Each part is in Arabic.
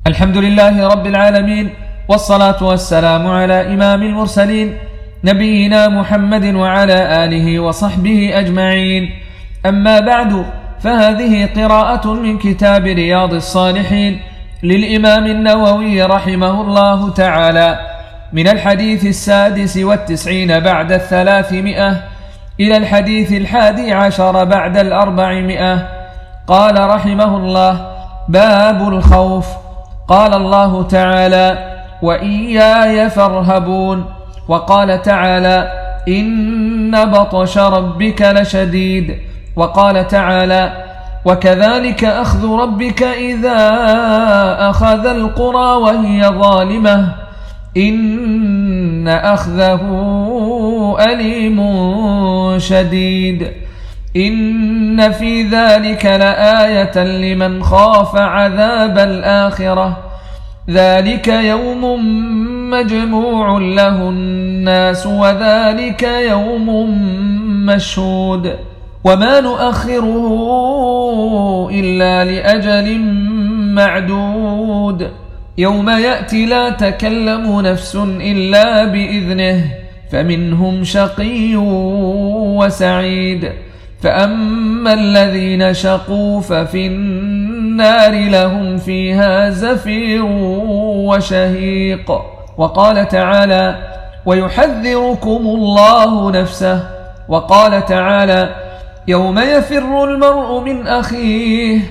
الحمد لله رب العالمين، والصلاة والسلام على إمام المرسلين نبينا محمد وعلى آله وصحبه أجمعين. أما بعد، فهذه قراءة من كتاب رياض الصالحين للإمام النووي رحمه الله تعالى، من الحديث 96 بعد 300 إلى الحديث 11 بعد 400. قال رحمه الله: باب الخوف. قال الله تعالى: وإياي فارهبون. وقال تعالى: إن بطش ربك لشديد. وقال تعالى: وكذلك أخذ ربك إذا أخذ القرى وهي ظالمة إن أخذه أليم شديد. إن في ذلك لآية لمن خاف عذاب الآخرة، ذلك يوم مجموع له الناس وذلك يوم مشهود، وما نؤخره إلا لأجل معدود. يوم يأتي لا تكلم نفس إلا بإذنه، فمنهم شقي وسعيد. فأما الذين شقوا ففي النار لهم فيها زفير وشهيق. وقال تعالى: ويحذركم الله نفسه. وقال تعالى: يوم يفر المرء من أخيه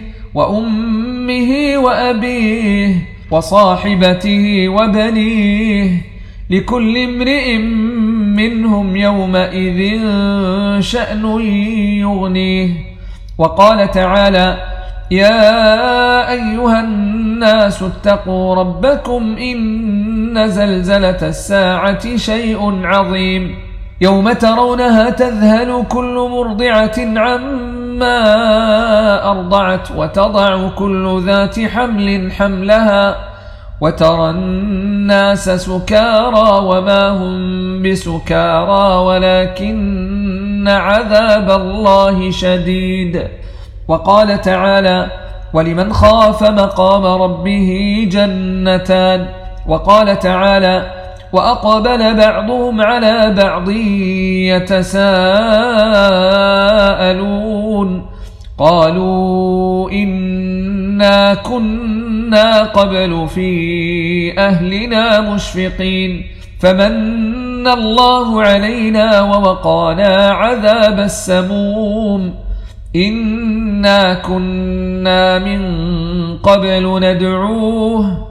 وأمه وأبيه وصاحبته وبنيه لكل امرئ منهم يومئذ شأن يغنيه. وقال تعالى: يا أيها الناس اتقوا ربكم إن زلزلة الساعة شيء عظيم، يوم ترونها تذهل كل مرضعة عما أرضعت وتضع كل ذات حمل حملها وترى الناس سكارى وما هم بسكارى ولكن عذاب الله شديد. وقال تعالى: ولمن خاف مقام ربه جنتان. وقال تعالى: وأقبل بعضهم على بعض يتساءلون قالوا إنا كنا قبل في أهلنا مشفقين فمن الله علينا ووقانا عذاب السموم إنا كنا من قبل ندعوه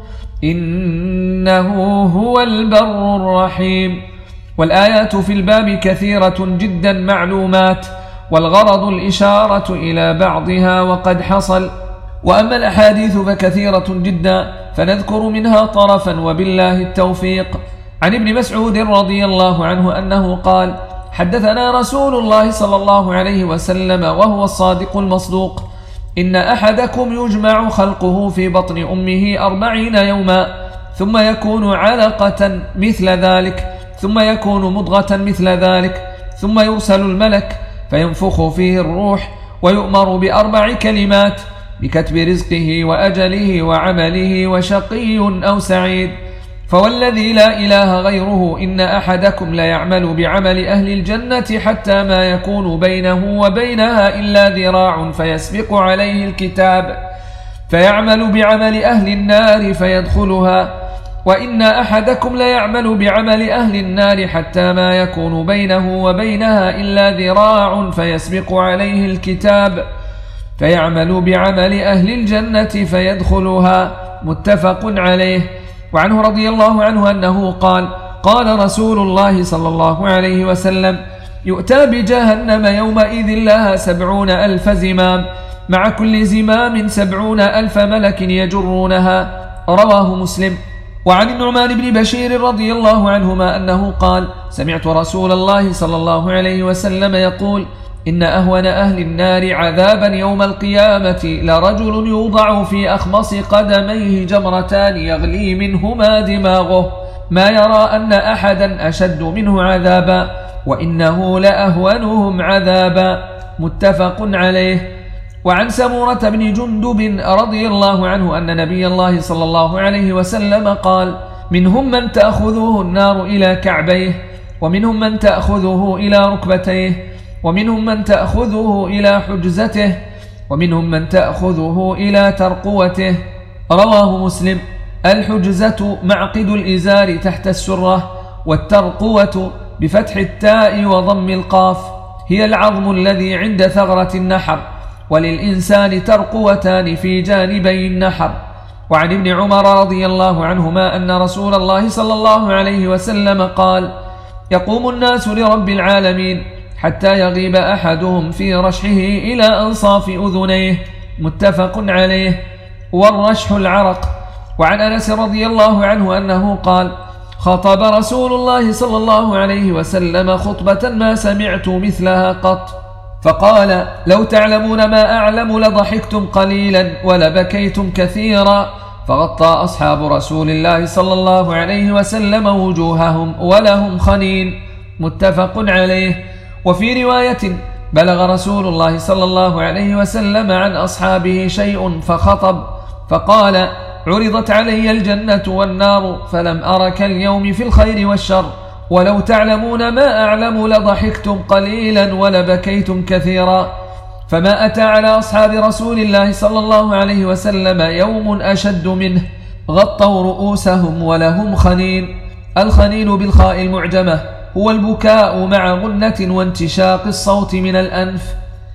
إنه هو البر الرحيم. والآيات في الباب كثيرة جدا معلومات، والغرض الإشارة إلى بعضها وقد حصل. وأما الأحاديث فكثيرة جدا، فنذكر منها طرفا وبالله التوفيق. عن ابن مسعود رضي الله عنه أنه قال: حدثنا رسول الله صلى الله عليه وسلم وهو الصادق المصدوق: إن أحدكم يجمع خلقه في بطن أمه 40 يوما، ثم يكون علقة مثل ذلك، ثم يكون مضغة مثل ذلك، ثم يرسل الملك فينفخ فيه الروح ويؤمر ب4 كلمات: بكتب رزقه وأجله وعمله وشقي أو سعيد. فوالذي لا إله غيره إن أحدكم ليعمل بعمل أهل الجنة حتى ما يكون بينه وبينها إلا ذراع فيسبق عليه الكتاب فيعمل بعمل أهل النار فيدخلها، وإن أحدكم ليعمل بعمل أهل النار حتى ما يكون بينه وبينها إلا ذراع فيسبق عليه الكتاب فيعمل بعمل أهل الجنة فيدخلها. متفق عليه. وعنه رضي الله عنه أنه قال: قال رسول الله صلى الله عليه وسلم: يؤتى بجهنم يومئذ لها 70,000 زمام، مع كل زمام 70,000 ملك يجرونها. رواه مسلم. وعن النعمان بن بشير رضي الله عنهما أنه قال: سمعت رسول الله صلى الله عليه وسلم يقول: إن أهون أهل النار عذابا يوم القيامة لرجل يوضع في أخمص قدميه جمرتان يغلي منهما دماغه، ما يرى أن أحدا أشد منه عذابا، وإنه لأهونهم عذابا. متفق عليه. وعن سمورة بن جندب رضي الله عنه أن نبي الله صلى الله عليه وسلم قال: منهم من تأخذه النار إلى كعبيه، ومنهم من تأخذه إلى ركبتيه، ومنهم من تأخذه إلى حجزته، ومنهم من تأخذه إلى ترقوته. رواه مسلم. الحجزة معقد الإزار تحت السرة، والترقوة بفتح التاء وضم القاف هي العظم الذي عند ثغرة النحر، وللإنسان ترقوتان في جانبي النحر. وعن ابن عمر رضي الله عنهما أن رسول الله صلى الله عليه وسلم قال: يقوم الناس لرب العالمين حتى يغيب أحدهم في رشحه إلى أنصاف أذنيه. متفق عليه. والرشح العرق. وعن أنس رضي الله عنه أنه قال: خطب رسول الله صلى الله عليه وسلم خطبة ما سمعت مثلها قط، فقال: لو تعلمون ما أعلم لضحكتم قليلا ولبكيتم كثيرا. فغطى أصحاب رسول الله صلى الله عليه وسلم وجوههم ولهم خنين. متفق عليه. وفي رواية: بلغ رسول الله صلى الله عليه وسلم عن أصحابه شيء فخطب فقال: عرضت علي الجنة والنار فلم أر كاليوم في الخير والشر، ولو تعلمون ما أعلم لضحكتم قليلا ولبكيتم كثيرا. فما أتى على أصحاب رسول الله صلى الله عليه وسلم يوم أشد منه، غطوا رؤوسهم ولهم خنين. الخنين بالخاء المعجمة هو البكاء مع غنة وانتشاق الصوت من الأنف.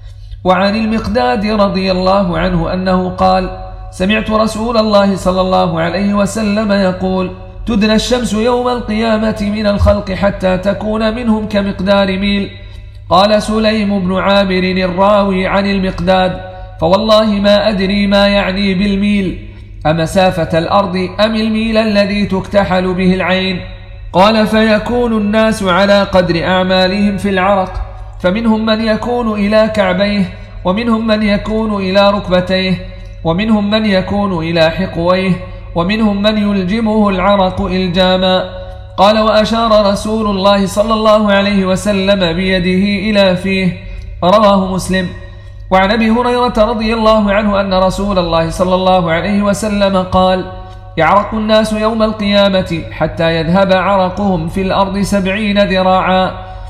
وعن المقداد رضي الله عنه أنه قال: سمعت رسول الله صلى الله عليه وسلم يقول: تدنى الشمس يوم القيامة من الخلق حتى تكون منهم كمقدار ميل. قال سليم بن عامر الراوي عن المقداد: فوالله ما أدري ما يعني بالميل، أمسافة الأرض أم الميل الذي تكتحل به العين؟ قال: فيكون الناس على قدر أعمالهم في العرق، فمنهم من يكون إلى كعبيه، ومنهم من يكون إلى ركبتيه، ومنهم من يكون إلى حقويه، ومنهم من يلجمه العرق إلجاما. قال: وأشار رسول الله صلى الله عليه وسلم بيده إلى فيه. رواه مسلم. وعن أبي هريرة رضي الله عنه أن رسول الله صلى الله عليه وسلم قال: يعرق الناس يوم القيامة حتى يذهب عرقهم في الأرض 70 ذراعا،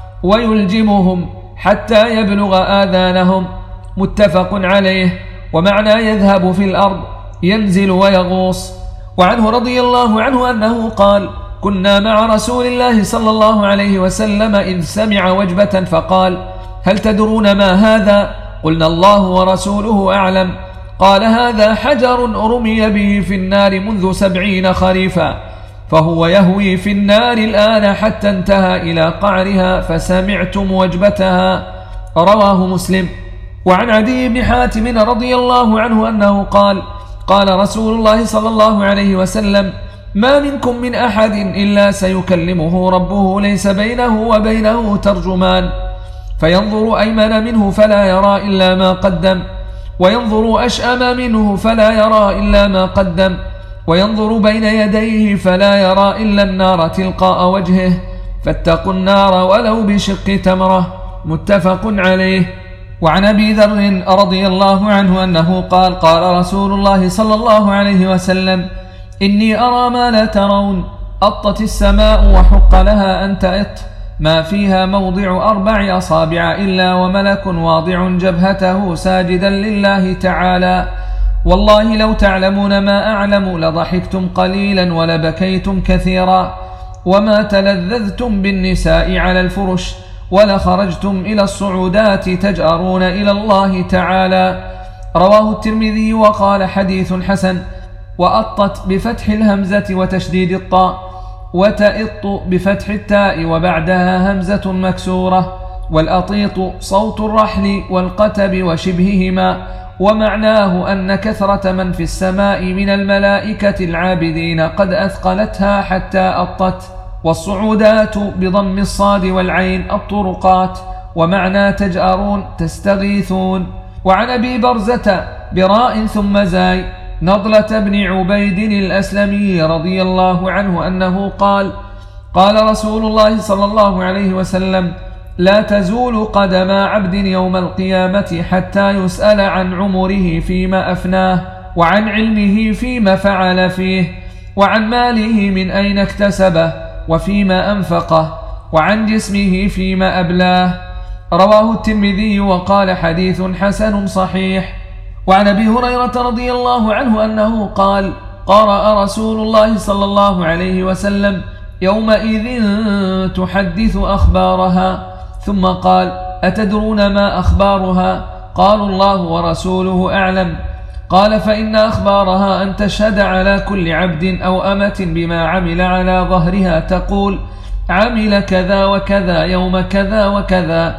ويلجمهم حتى يبلغ آذانهم. متفق عليه. ومعنى يذهب في الأرض ينزل ويغوص. وعنه رضي الله عنه أنه قال: كنا مع رسول الله صلى الله عليه وسلم إذ سمع وجبة فقال: هل تدرون ما هذا؟ قلنا: الله ورسوله أعلم. قال: هذا حجر رمي به في النار منذ 70 خريفا، فهو يهوي في النار الآن حتى انتهى إلى قعرها فسمعتم وجبتها. رواه مسلم. وعن عدي بن حاتم رضي الله عنه أنه قال: قال رسول الله صلى الله عليه وسلم: ما منكم من أحد إلا سيكلمه ربه ليس بينه وبينه ترجمان، فينظر أيمن منه فلا يرى إلا ما قدم، وينظر أشأم منه فلا يرى إلا ما قدم، وينظر بين يديه فلا يرى إلا النار تلقاء وجهه، فاتقوا النار ولو بشق تمرة. متفق عليه. وعن أبي ذر رضي الله عنه أنه قال: قال رسول الله صلى الله عليه وسلم: إني أرى ما لا ترون، أطت السماء وحق لها أن تأط، ما فيها موضع 4 أصابع إلا وملك واضع جبهته ساجدا لله تعالى. والله لو تعلمون ما أعلم لضحكتم قليلا ولبكيتم كثيرا، وما تلذذتم بالنساء على الفرش، ولخرجتم إلى الصعودات تجأرون إلى الله تعالى. رواه الترمذي وقال: حديث حسن. وأطت بفتح الهمزة وتشديد الطاء، وتئط بفتح التاء وبعدها همزة مكسورة. والأطيط صوت الرحل والقتب وشبههما. ومعناه أن كثرة من في السماء من الملائكة العابدين قد أثقلتها حتى أطت. والصعودات بضم الصاد والعين الطرقات. ومعنى تجأرون تستغيثون. وعن أبي برزة براء ثم زاي نضلة بن عبيد الأسلمي رضي الله عنه أنه قال: قال رسول الله صلى الله عليه وسلم: لا تزول قدم عبد يوم القيامة حتى يسأل عن عمره فيما أفناه، وعن علمه فيما فعل فيه، وعن ماله من أين اكتسبه وفيما أنفقه، وعن جسمه فيما أبلاه. رواه الترمذي وقال حديث حسن صحيح. وعن أبي هريرة رضي الله عنه أنه قال: قرأ رسول الله صلى الله عليه وسلم: يومئذ تحدث أخبارها، ثم قال: أتدرون ما أخبارها؟ قالوا: الله ورسوله أعلم. قال: فإن أخبارها أن تشهد على كل عبد أو أمة بما عمل على ظهرها، تقول: عمل كذا وكذا يوم كذا وكذا،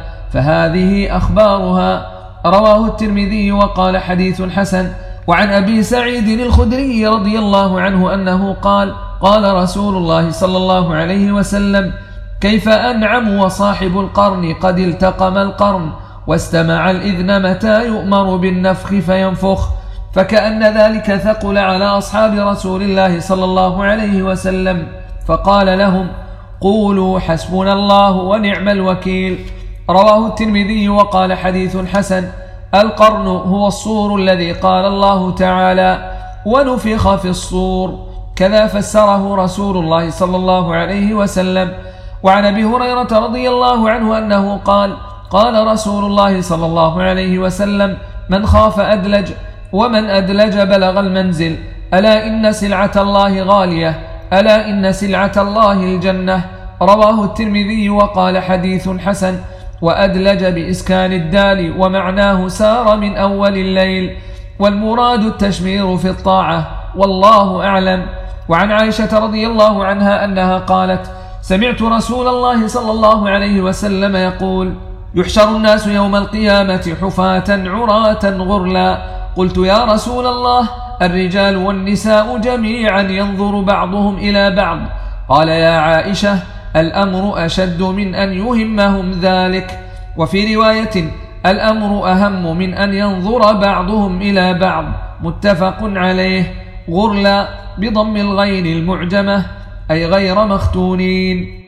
فهذه أخبارها. رواه الترمذي وقال حديث حسن. وعن أبي سعيد الخدري رضي الله عنه أنه قال: قال رسول الله صلى الله عليه وسلم: كيف أنعم وصاحب القرن قد التقم القرن واستمع الإذن متى يؤمر بالنفخ فينفخ. فكأن ذلك ثقل على أصحاب رسول الله صلى الله عليه وسلم، فقال لهم: قولوا حسبنا الله ونعم الوكيل. رواه الترمذي وقال حديث حسن. القرن هو الصور الذي قال الله تعالى: ونفخ في الصور، كذا فسره رسول الله صلى الله عليه وسلم. وعن أبي هريرة رضي الله عنه أنه قال: قال رسول الله صلى الله عليه وسلم: من خاف أدلج، ومن أدلج بلغ المنزل. ألا إن سلعة الله غالية، ألا إن سلعة الله الجنة. رواه الترمذي وقال حديث حسن. وأدلج بإسكان الدال، ومعناه سار من أول الليل، والمراد التشمير في الطاعة، والله أعلم. وعن عائشة رضي الله عنها أنها قالت: سمعت رسول الله صلى الله عليه وسلم يقول: يحشر الناس يوم القيامة حفاة عراة غرلا. قلت: يا رسول الله، الرجال والنساء جميعا ينظر بعضهم إلى بعض؟ قال: يا عائشة، الأمر أشد من أن يهمهم ذلك. وفي رواية: الأمر أهم من أن ينظر بعضهم إلى بعض. متفق عليه. غرلا بضم الغين المعجمة، أي غير مختونين.